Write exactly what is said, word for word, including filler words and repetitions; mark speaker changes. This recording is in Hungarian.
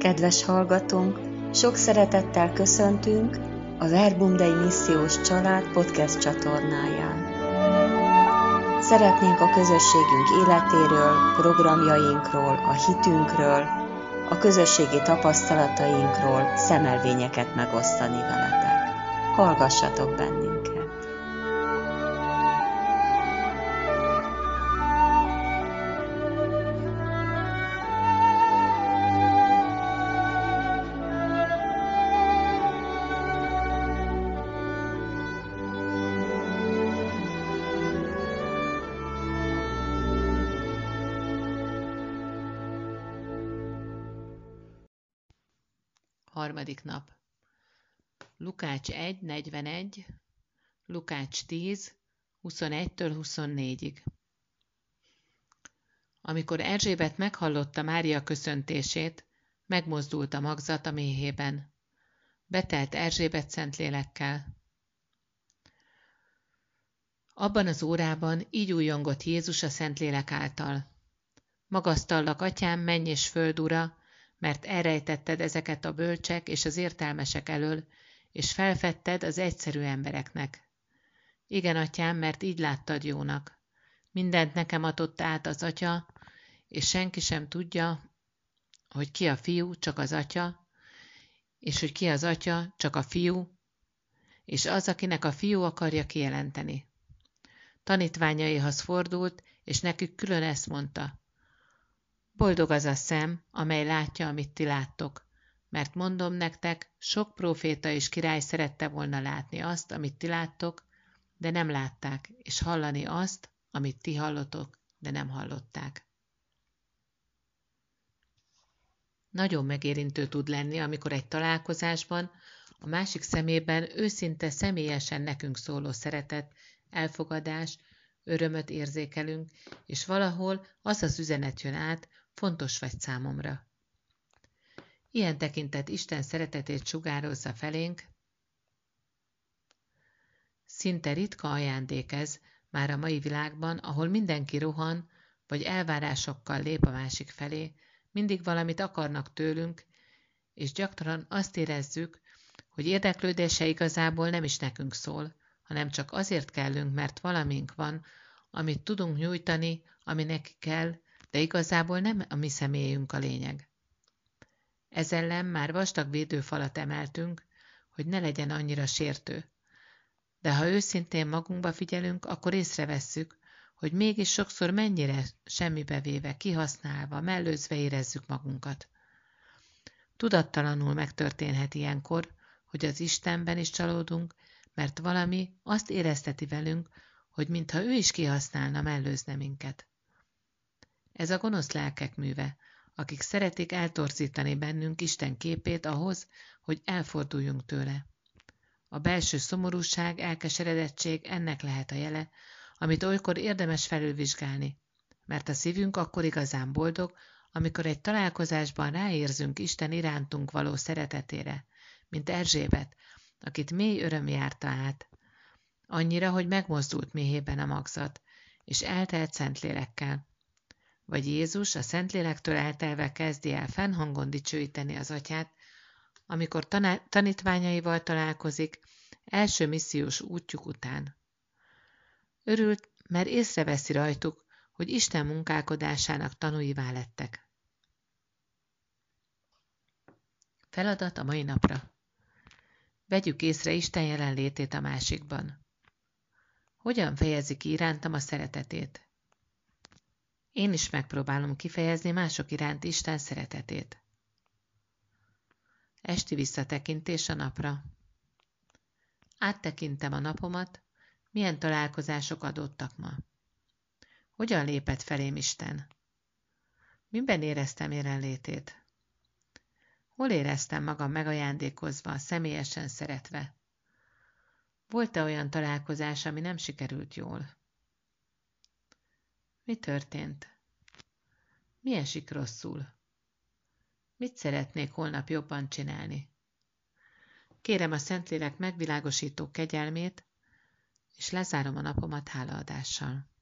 Speaker 1: Kedves hallgatónk, sok szeretettel köszöntünk a Verbum Dei Missziós Család podcast csatornáján. Szeretnénk a közösségünk életéről, programjainkról, a hitünkről, a közösségi tapasztalatainkról szemelvényeket megosztani veletek. Hallgassatok bennünket!
Speaker 2: Harmadik nap. Lukács egy negyvenegy, Lukács tíz huszonegytől huszonnégyig. Amikor Erzsébet meghallotta Mária köszöntését, megmozdult a magzat a méhében. Betelt Erzsébet Szentlélekkel. Abban az órában így újjongott Jézus a Szentlélek által. Magasztallak, Atyám, menny és föld ura, mert elrejtetted ezeket a bölcsek és az értelmesek elől, és felfedted az egyszerű embereknek. Igen, Atyám, mert így láttad jónak. Mindent nekem adott át az Atya, és senki sem tudja, hogy ki a Fiú, csak az Atya, és hogy ki az Atya, csak a Fiú, és az, akinek a Fiú akarja kijelenteni. Tanítványaihoz fordult, és nekük külön ezt mondta. Boldog az a szem, amely látja, amit ti láttok, mert mondom nektek, sok próféta és király szerette volna látni azt, amit ti láttok, de nem látták, és hallani azt, amit ti hallotok, de nem hallották. Nagyon megérintő tud lenni, amikor egy találkozásban a másik szemében őszinte személyesen nekünk szóló szeretet, elfogadás, örömöt érzékelünk, és valahol az az üzenet jön át, fontos vagy számomra. Ilyen tekintet Isten szeretetét sugározza felénk. Szinte ritka ajándék ez már a mai világban, ahol mindenki rohan, vagy elvárásokkal lép a másik felé, mindig valamit akarnak tőlünk, és gyakran azt érezzük, hogy érdeklődése igazából nem is nekünk szól, hanem csak azért kellünk, mert valamink van, amit tudunk nyújtani, ami neki kell, de igazából nem a mi személyünk a lényeg. Ez ellen már vastag védőfalat emeltünk, hogy ne legyen annyira sértő. De ha őszintén magunkba figyelünk, akkor észrevesszük, hogy mégis sokszor mennyire semmibe véve, kihasználva, mellőzve érezzük magunkat. Tudattalanul megtörténhet ilyenkor, hogy az Istenben is csalódunk, mert valami azt érezteti velünk, hogy mintha ő is kihasználna, mellőzne minket. Ez a gonosz lelkek műve, akik szeretik eltorzítani bennünk Isten képét ahhoz, hogy elforduljunk tőle. A belső szomorúság, elkeseredettség ennek lehet a jele, amit olykor érdemes felülvizsgálni, mert a szívünk akkor igazán boldog, amikor egy találkozásban ráérzünk Isten irántunk való szeretetére, mint Erzsébet, akit mély öröm járta át, annyira, hogy megmozdult méhében a magzat, és eltelt Szentlélekkel. Vagy Jézus a Szentlélektől eltelve kezdi el fennhangon dicsőíteni az Atyát, amikor taná- tanítványaival találkozik első missziós útjuk után. Örült, mert észreveszi rajtuk, hogy Isten munkálkodásának tanúivá lettek. Feladat a mai napra. Vegyük észre Isten jelenlétét a másikban. Hogyan fejezi ki irántam a szeretetét? Én is megpróbálom kifejezni mások iránt Isten szeretetét. Esti visszatekintés a napra. Áttekintem a napomat, milyen találkozások adottak ma. Hogyan lépett felém Isten? Miben éreztem jelenlétét? Hol éreztem magam megajándékozva, személyesen szeretve? Volt-e olyan találkozás, ami nem sikerült jól? Mi történt? Mi esik rosszul? Mit szeretnék holnap jobban csinálni? Kérem a Szentlélek megvilágosító kegyelmét, és lezárom a napomat hálaadással.